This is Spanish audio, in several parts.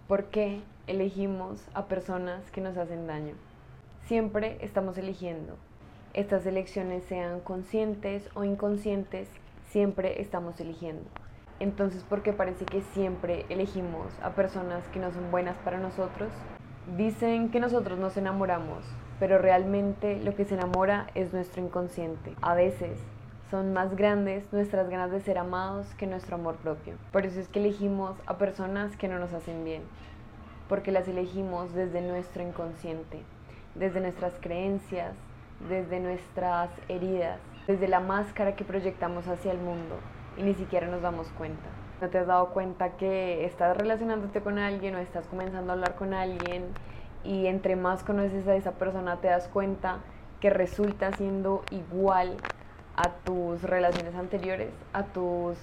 ¿Por qué elegimos a personas que nos hacen daño? Siempre estamos eligiendo. Estas elecciones sean conscientes o inconscientes, siempre estamos eligiendo. Entonces, ¿por qué parece que siempre elegimos a personas que no son buenas para nosotros? Dicen que nosotros nos enamoramos, pero realmente lo que se enamora es nuestro inconsciente. A veces son más grandes nuestras ganas de ser amados que nuestro amor propio. Por eso es que elegimos a personas que no nos hacen bien, porque las elegimos desde nuestro inconsciente, desde nuestras creencias, desde nuestras heridas, desde la máscara que proyectamos hacia el mundo y ni siquiera nos damos cuenta. ¿No te has dado cuenta que estás relacionándote con alguien o estás comenzando a hablar con alguien y entre más conoces a esa persona te das cuenta que resulta siendo igual a tus relaciones anteriores, a tus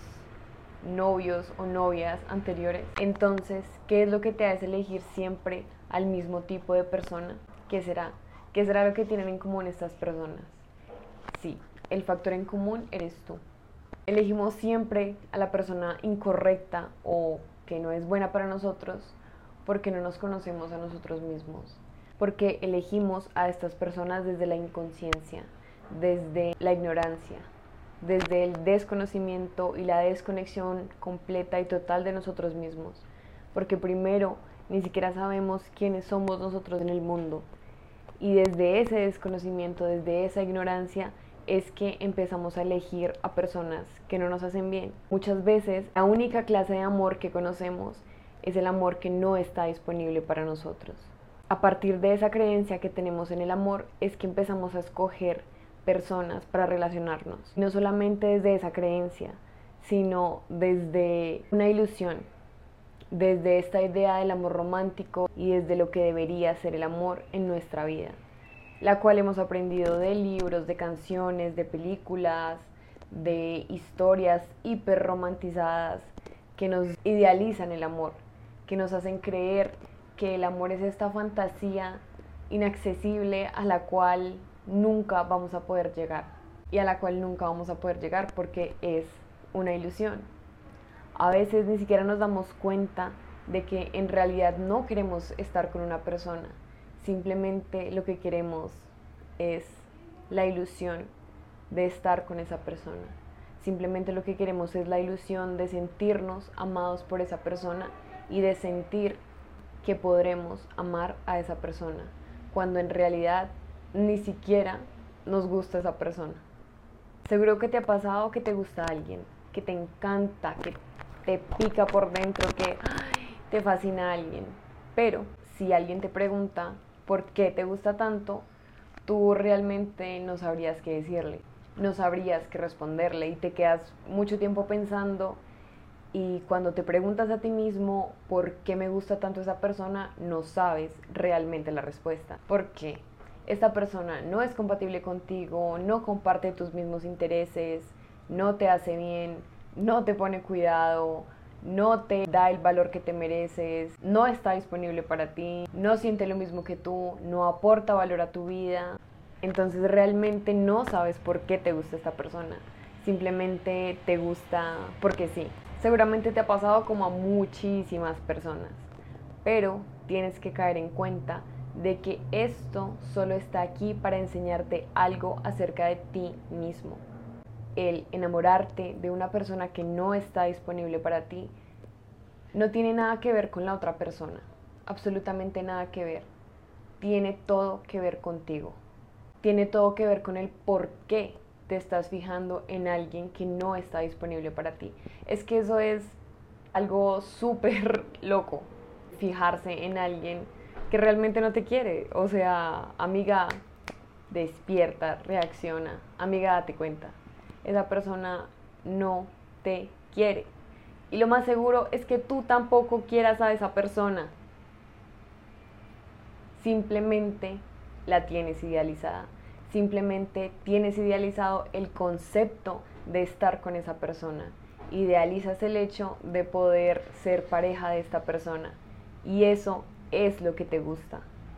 novios o novias anteriores? Entonces, ¿qué es lo que te hace elegir siempre al mismo tipo de persona? ¿Qué será? ¿Qué será lo que tienen en común estas personas? Sí, el factor en común eres tú. Elegimos siempre a la persona incorrecta o que no es buena para nosotros porque no nos conocemos a nosotros mismos. Porque elegimos a estas personas desde la inconsciencia, desde la ignorancia, desde el desconocimiento y la desconexión completa y total de nosotros mismos. Porque primero ni siquiera sabemos quiénes somos nosotros en el mundo. Y desde ese desconocimiento, desde esa ignorancia, es que empezamos a elegir a personas que no nos hacen bien. Muchas veces la única clase de amor que conocemos es el amor que no está disponible para nosotros. A partir de esa creencia que tenemos en el amor es que empezamos a escoger personas para relacionarnos. No solamente desde esa creencia, sino desde una ilusión, desde esta idea del amor romántico y desde lo que debería ser el amor en nuestra vida, la cual hemos aprendido de libros, de canciones, de películas, de historias hiper romantizadas que nos idealizan el amor, que nos hacen creer que el amor es esta fantasía inaccesible a la cual nunca vamos a poder llegar y a la cual nunca vamos a poder llegar porque es una ilusión. A veces ni siquiera nos damos cuenta de que en realidad no queremos estar con una persona, simplemente lo que queremos es la ilusión de estar con esa persona. Simplemente lo que queremos es la ilusión de sentirnos amados por esa persona y de sentir que podremos amar a esa persona, cuando en realidad ni siquiera nos gusta esa persona. Seguro que te ha pasado que te gusta alguien, que te encanta, que te pica por dentro, que te fascina a alguien. Pero si alguien te pregunta por qué te gusta tanto, tú realmente no sabrías qué decirle, no sabrías qué responderle y te quedas mucho tiempo pensando. Y cuando te preguntas a ti mismo por qué me gusta tanto esa persona, no sabes realmente la respuesta. Porque esta persona no es compatible contigo, no comparte tus mismos intereses, no te hace bien, no te pone cuidado, no te da el valor que te mereces, no está disponible para ti, no siente lo mismo que tú, no aporta valor a tu vida. Entonces realmente no sabes por qué te gusta esta persona. Simplemente te gusta porque sí. Seguramente te ha pasado como a muchísimas personas, pero tienes que caer en cuenta de que esto solo está aquí para enseñarte algo acerca de ti mismo. El enamorarte de una persona que no está disponible para ti no tiene nada que ver con la otra persona, absolutamente nada que ver. Tiene todo que ver contigo. Tiene todo que ver con el por qué te estás fijando en alguien que no está disponible para ti. Es que eso es algo súper loco, fijarse en alguien que realmente no te quiere. O sea, amiga, despierta, reacciona, amiga, date cuenta. Esa persona no te quiere. Y lo más seguro es que tú tampoco quieras a esa persona. Simplemente la tienes idealizada. Simplemente tienes idealizado el concepto de estar con esa persona. Idealizas el hecho de poder ser pareja de esta persona. Y eso es lo que te gusta.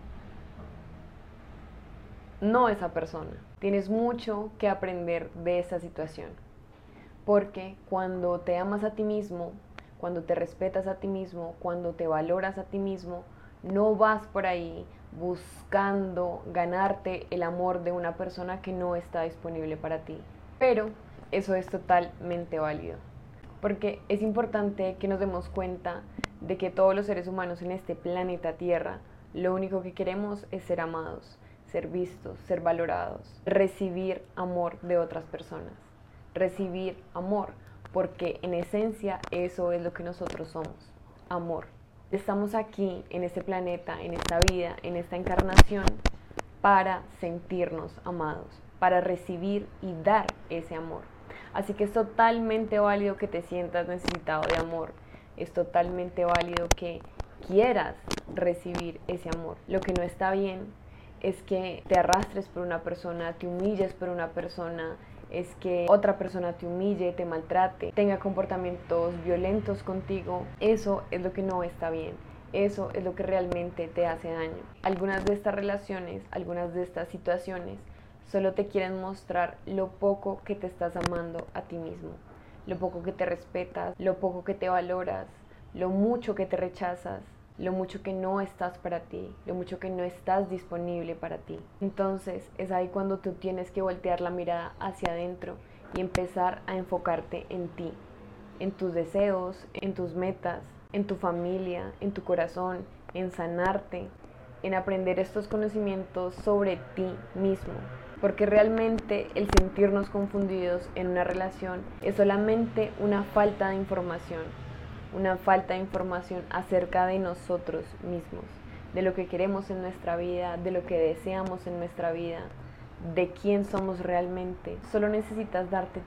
No esa persona. Tienes mucho que aprender de esta situación. Porque cuando te amas a ti mismo, cuando te respetas a ti mismo, cuando te valoras a ti mismo, no vas por ahí buscando ganarte el amor de una persona que no está disponible para ti. Pero eso es totalmente válido, porque es importante que nos demos cuenta de que todos los seres humanos en este planeta Tierra, lo único que queremos es ser amados, ser vistos, ser valorados, recibir amor de otras personas, recibir amor, porque en esencia eso es lo que nosotros somos, amor. Estamos aquí en este planeta, en esta vida, en esta encarnación, para sentirnos amados, para recibir y dar ese amor. Así que es totalmente válido que te sientas necesitado de amor, es totalmente válido que quieras recibir ese amor. Lo que no está bien es que te arrastres por una persona, te humilles por una persona, es que otra persona te humille, te maltrate, tenga comportamientos violentos contigo. Eso es lo que no está bien. Eso es lo que realmente te hace daño. Algunas de estas relaciones, algunas de estas situaciones, solo te quieren mostrar lo poco que te estás amando a ti mismo, lo poco que te respetas, lo poco que te valoras, lo mucho que te rechazas, lo mucho que no estás para ti, lo mucho que no estás disponible para ti. Entonces es ahí cuando tú tienes que voltear la mirada hacia adentro y empezar a enfocarte en ti, en tus deseos, en tus metas, en tu familia, en tu corazón, en sanarte, en aprender estos conocimientos sobre ti mismo. Porque realmente el sentirnos confundidos en una relación es solamente una falta de información acerca de nosotros mismos, de lo que queremos en nuestra vida, de lo que deseamos en nuestra vida, de quién somos realmente. Solo necesitas darte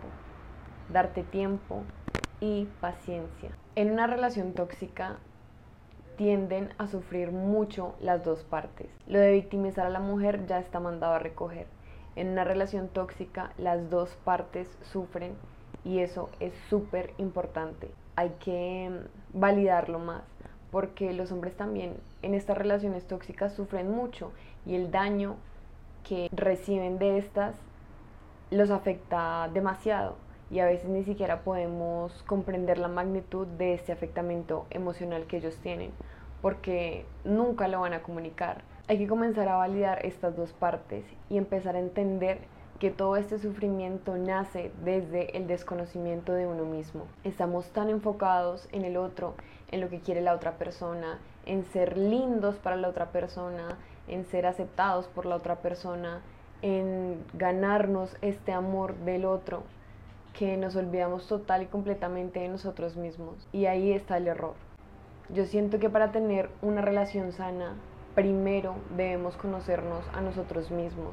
tiempo y paciencia. En una relación tóxica tienden a sufrir mucho las dos partes. Lo de victimizar a la mujer ya está mandado a recoger. En una relación tóxica las dos partes sufren y eso es súper importante. Hay que validarlo más, porque los hombres también en estas relaciones tóxicas sufren mucho y el daño que reciben de estas los afecta demasiado y a veces ni siquiera podemos comprender la magnitud de este afectamiento emocional que ellos tienen, porque nunca lo van a comunicar. Hay que comenzar a validar estas dos partes y empezar a entender que todo este sufrimiento nace desde el desconocimiento de uno mismo. Estamos tan enfocados en el otro, en lo que quiere la otra persona, en ser lindos para la otra persona, en ser aceptados por la otra persona, en ganarnos este amor del otro, que nos olvidamos total y completamente de nosotros mismos. Y ahí está el error. Yo siento que para tener una relación sana, primero debemos conocernos a nosotros mismos.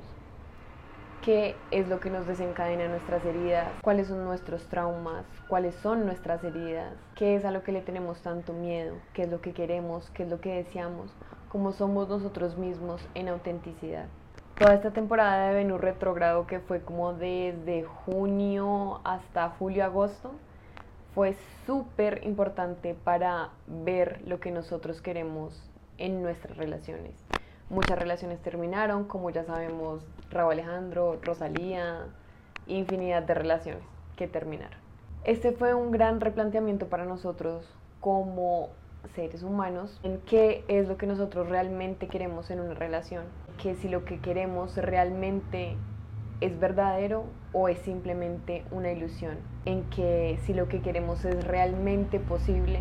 ¿Qué es lo que nos desencadena nuestras heridas? ¿Cuáles son nuestros traumas? ¿Cuáles son nuestras heridas? ¿Qué es a lo que le tenemos tanto miedo? ¿Qué es lo que queremos? ¿Qué es lo que deseamos? ¿Cómo somos nosotros mismos en autenticidad? Toda esta temporada de Venus retrógrado, que fue como desde junio hasta julio-agosto, fue súper importante para ver lo que nosotros queremos en nuestras relaciones. Muchas relaciones terminaron, como ya sabemos, Rauw Alejandro, Rosalía, infinidad de relaciones que terminaron. Este fue un gran replanteamiento para nosotros como seres humanos, en qué es lo que nosotros realmente queremos en una relación, que si lo que queremos realmente es verdadero o es simplemente una ilusión, en que si lo que queremos es realmente posible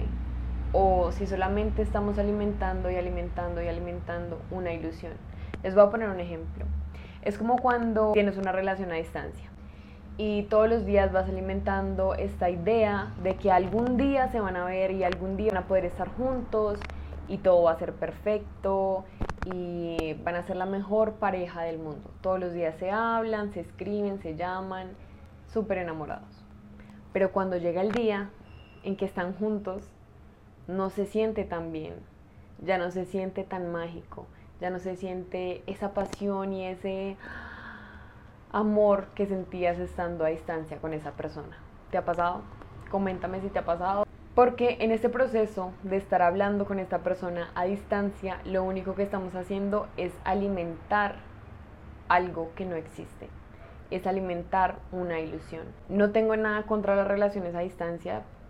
o si solamente estamos alimentando y alimentando y alimentando una ilusión. Les voy a poner un ejemplo. Es como cuando tienes una relación a distancia y todos los días vas alimentando esta idea de que algún día se van a ver y algún día van a poder estar juntos y todo va a ser perfecto y van a ser la mejor pareja del mundo. Todos los días se hablan, se escriben, se llaman, súper enamorados. Pero cuando llega el día en que están juntos, no se siente tan bien, ya no se siente tan mágico, ya no se siente esa pasión y ese amor que sentías estando a distancia con esa persona. ¿Te ha pasado? Coméntame si te ha pasado. Porque en este proceso de estar hablando con esta persona a distancia, lo único que estamos haciendo es alimentar algo que no existe. Es alimentar una ilusión. No tengo nada contra las relaciones a distancia,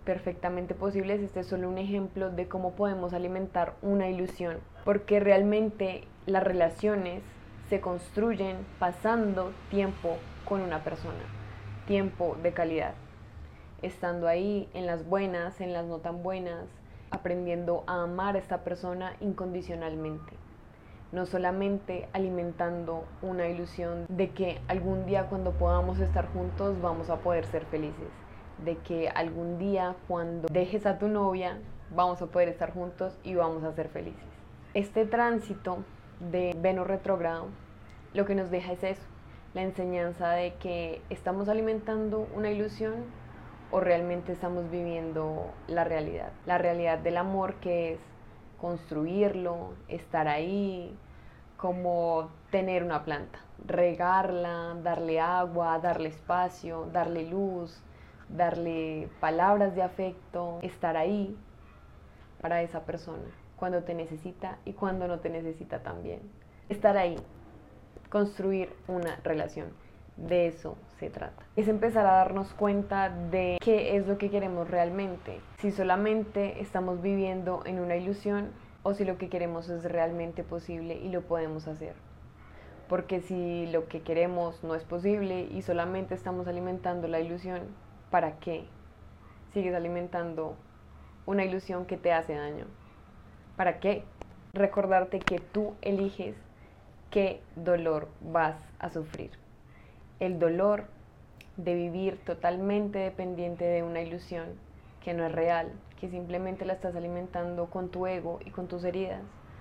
perfectamente posibles, este es solo un ejemplo de cómo podemos alimentar una ilusión, porque realmente las relaciones se construyen pasando tiempo con una persona, tiempo de calidad, estando ahí en las buenas, en las no tan buenas, aprendiendo a amar a esta persona incondicionalmente. No solamente alimentando una ilusión de que algún día cuando podamos estar juntos vamos a poder ser felices, de que algún día cuando dejes a tu novia vamos a poder estar juntos y vamos a ser felices. Este tránsito de Venus retrógrado lo que nos deja es eso, la enseñanza de que estamos alimentando una ilusión o realmente estamos viviendo la realidad del amor, que es construirlo, estar ahí, como tener una planta, regarla, darle agua, darle espacio, darle luz, darle palabras de afecto, estar ahí para esa persona, cuando te necesita y cuando no te necesita también. Estar ahí, construir una relación. De eso se trata. Es empezar a darnos cuenta de qué es lo que queremos realmente. Si solamente estamos viviendo en una ilusión o si lo que queremos es realmente posible y lo podemos hacer. Porque si lo que queremos no es posible y solamente estamos alimentando la ilusión, ¿para qué? Sigues alimentando una ilusión que te hace daño. ¿Para qué? Recordarte que tú eliges qué dolor vas a sufrir. El dolor de vivir totalmente dependiente de una ilusión que no es real, que simplemente la estás alimentando con tu ego y con tus heridas,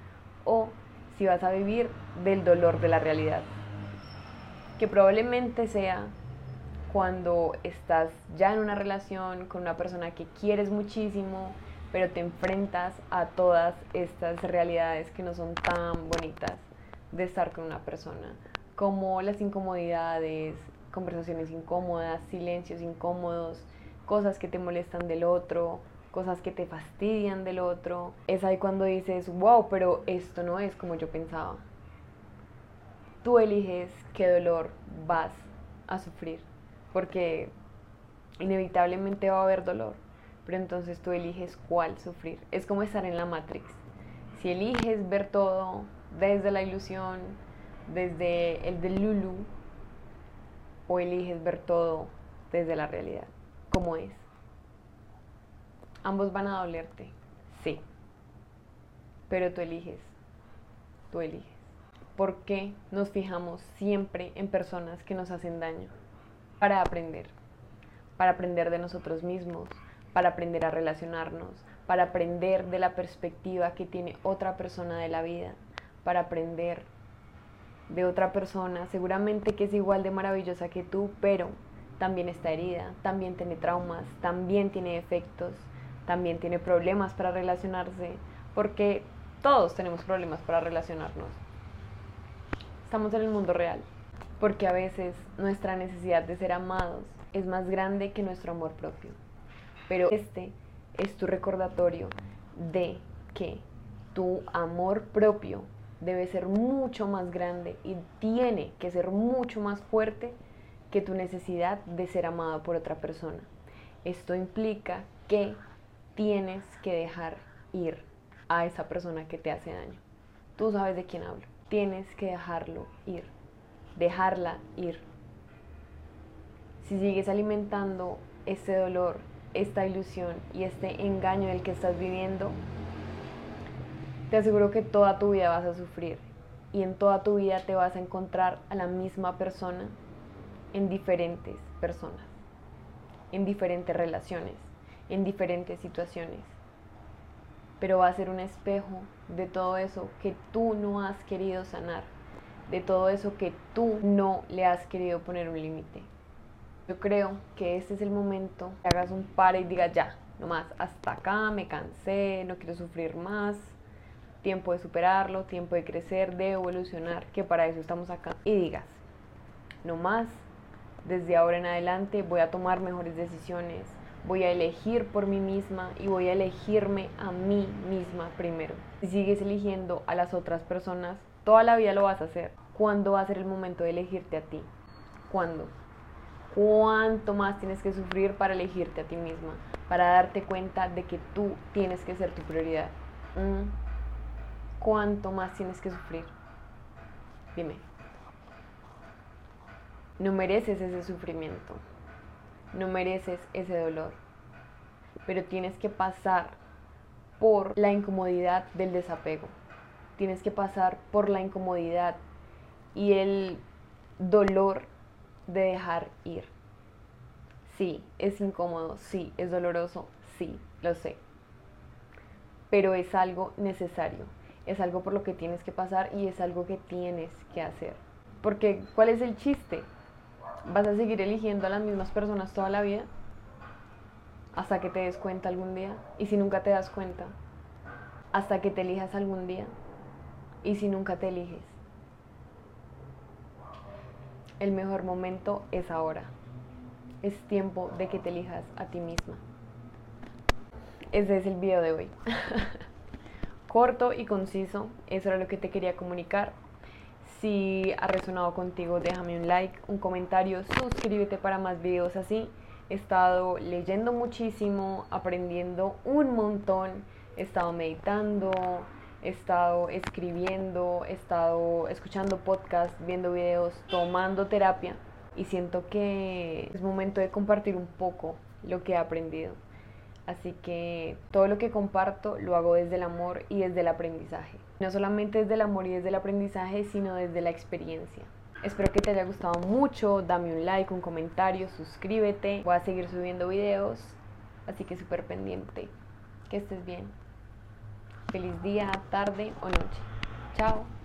o si vas a vivir del dolor de la realidad, que probablemente sea cuando estás ya en una relación con una persona que quieres muchísimo, pero te enfrentas a todas estas realidades que no son tan bonitas de estar con una persona, como las incomodidades, conversaciones incómodas, silencios incómodos, cosas que te molestan del otro, cosas que te fastidian del otro. Es ahí cuando dices, wow, pero esto no es como yo pensaba. Tú eliges qué dolor vas a sufrir, porque inevitablemente va a haber dolor, pero entonces tú eliges cuál sufrir. Es como estar en la Matrix. Si eliges ver todo desde la ilusión, desde el delulu, o eliges ver todo desde la realidad, como es. Ambos van a dolerte, sí, pero tú eliges, tú eliges. ¿Por qué nos fijamos siempre en personas que nos hacen daño? Para aprender de nosotros mismos, para aprender a relacionarnos, para aprender de la perspectiva que tiene otra persona de la vida, para aprender de otra persona, seguramente que es igual de maravillosa que tú, pero también está herida, también tiene traumas, también tiene defectos, también tiene problemas para relacionarse, porque todos tenemos problemas para relacionarnos. Estamos en el mundo real, porque a veces nuestra necesidad de ser amados es más grande que nuestro amor propio. Pero este es tu recordatorio de que tu amor propio debe ser mucho más grande y tiene que ser mucho más fuerte que tu necesidad de ser amado por otra persona. Esto implica que tienes que dejar ir a esa persona que te hace daño. Tú sabes de quién hablo. Tienes que dejarlo ir, dejarla ir. Si sigues alimentando este dolor, esta ilusión y este engaño del que estás viviendo, te aseguro que toda tu vida vas a sufrir y en toda tu vida te vas a encontrar a la misma persona en diferentes personas, en diferentes relaciones, en diferentes situaciones. Pero va a ser un espejo de todo eso que tú no has querido sanar, de todo eso que tú no le has querido poner un límite. Yo creo que este es el momento que hagas un pare y digas ya, nomás, hasta acá, me cansé, no quiero sufrir más, tiempo de superarlo, tiempo de crecer, de evolucionar, que para eso estamos acá. Y digas, nomás, desde ahora en adelante voy a tomar mejores decisiones, voy a elegir por mí misma y voy a elegirme a mí misma primero. Si sigues eligiendo a las otras personas, toda la vida lo vas a hacer. ¿Cuándo va a ser el momento de elegirte a ti? ¿Cuándo? ¿Cuánto más tienes que sufrir para elegirte a ti misma? Para darte cuenta de que tú tienes que ser tu prioridad. ¿Cuánto más tienes que sufrir? Dime. No mereces ese sufrimiento. No mereces ese dolor. Pero tienes que pasar por la incomodidad del desapego. Tienes que pasar por la incomodidad y el dolor de dejar ir. Sí, es incómodo, sí, es doloroso, sí, lo sé. Pero es algo necesario, es algo por lo que tienes que pasar y es algo que tienes que hacer. Porque, ¿cuál es el chiste? ¿Vas a seguir eligiendo a las mismas personas toda la vida? Hasta que te des cuenta algún día. ¿Y si nunca te das cuenta? Hasta que te elijas algún día. ¿Y si nunca te eliges? El mejor momento es ahora. Es tiempo de que te elijas a ti misma. Ese es el video de hoy. Corto y conciso, eso era lo que te quería comunicar. Si ha resonado contigo, déjame un like, un comentario, suscríbete para más videos así. He estado leyendo muchísimo, aprendiendo un montón, he estado meditando, he estado escribiendo, he estado escuchando podcasts, viendo videos, tomando terapia y siento que es momento de compartir un poco lo que he aprendido. Así que todo lo que comparto lo hago desde el amor y desde el aprendizaje. No solamente desde el amor y desde el aprendizaje, sino desde la experiencia. Espero que te haya gustado mucho, dame un like, un comentario, suscríbete. Voy a seguir subiendo videos, así que súper pendiente. Que estés bien. Feliz día, tarde o noche. Chao.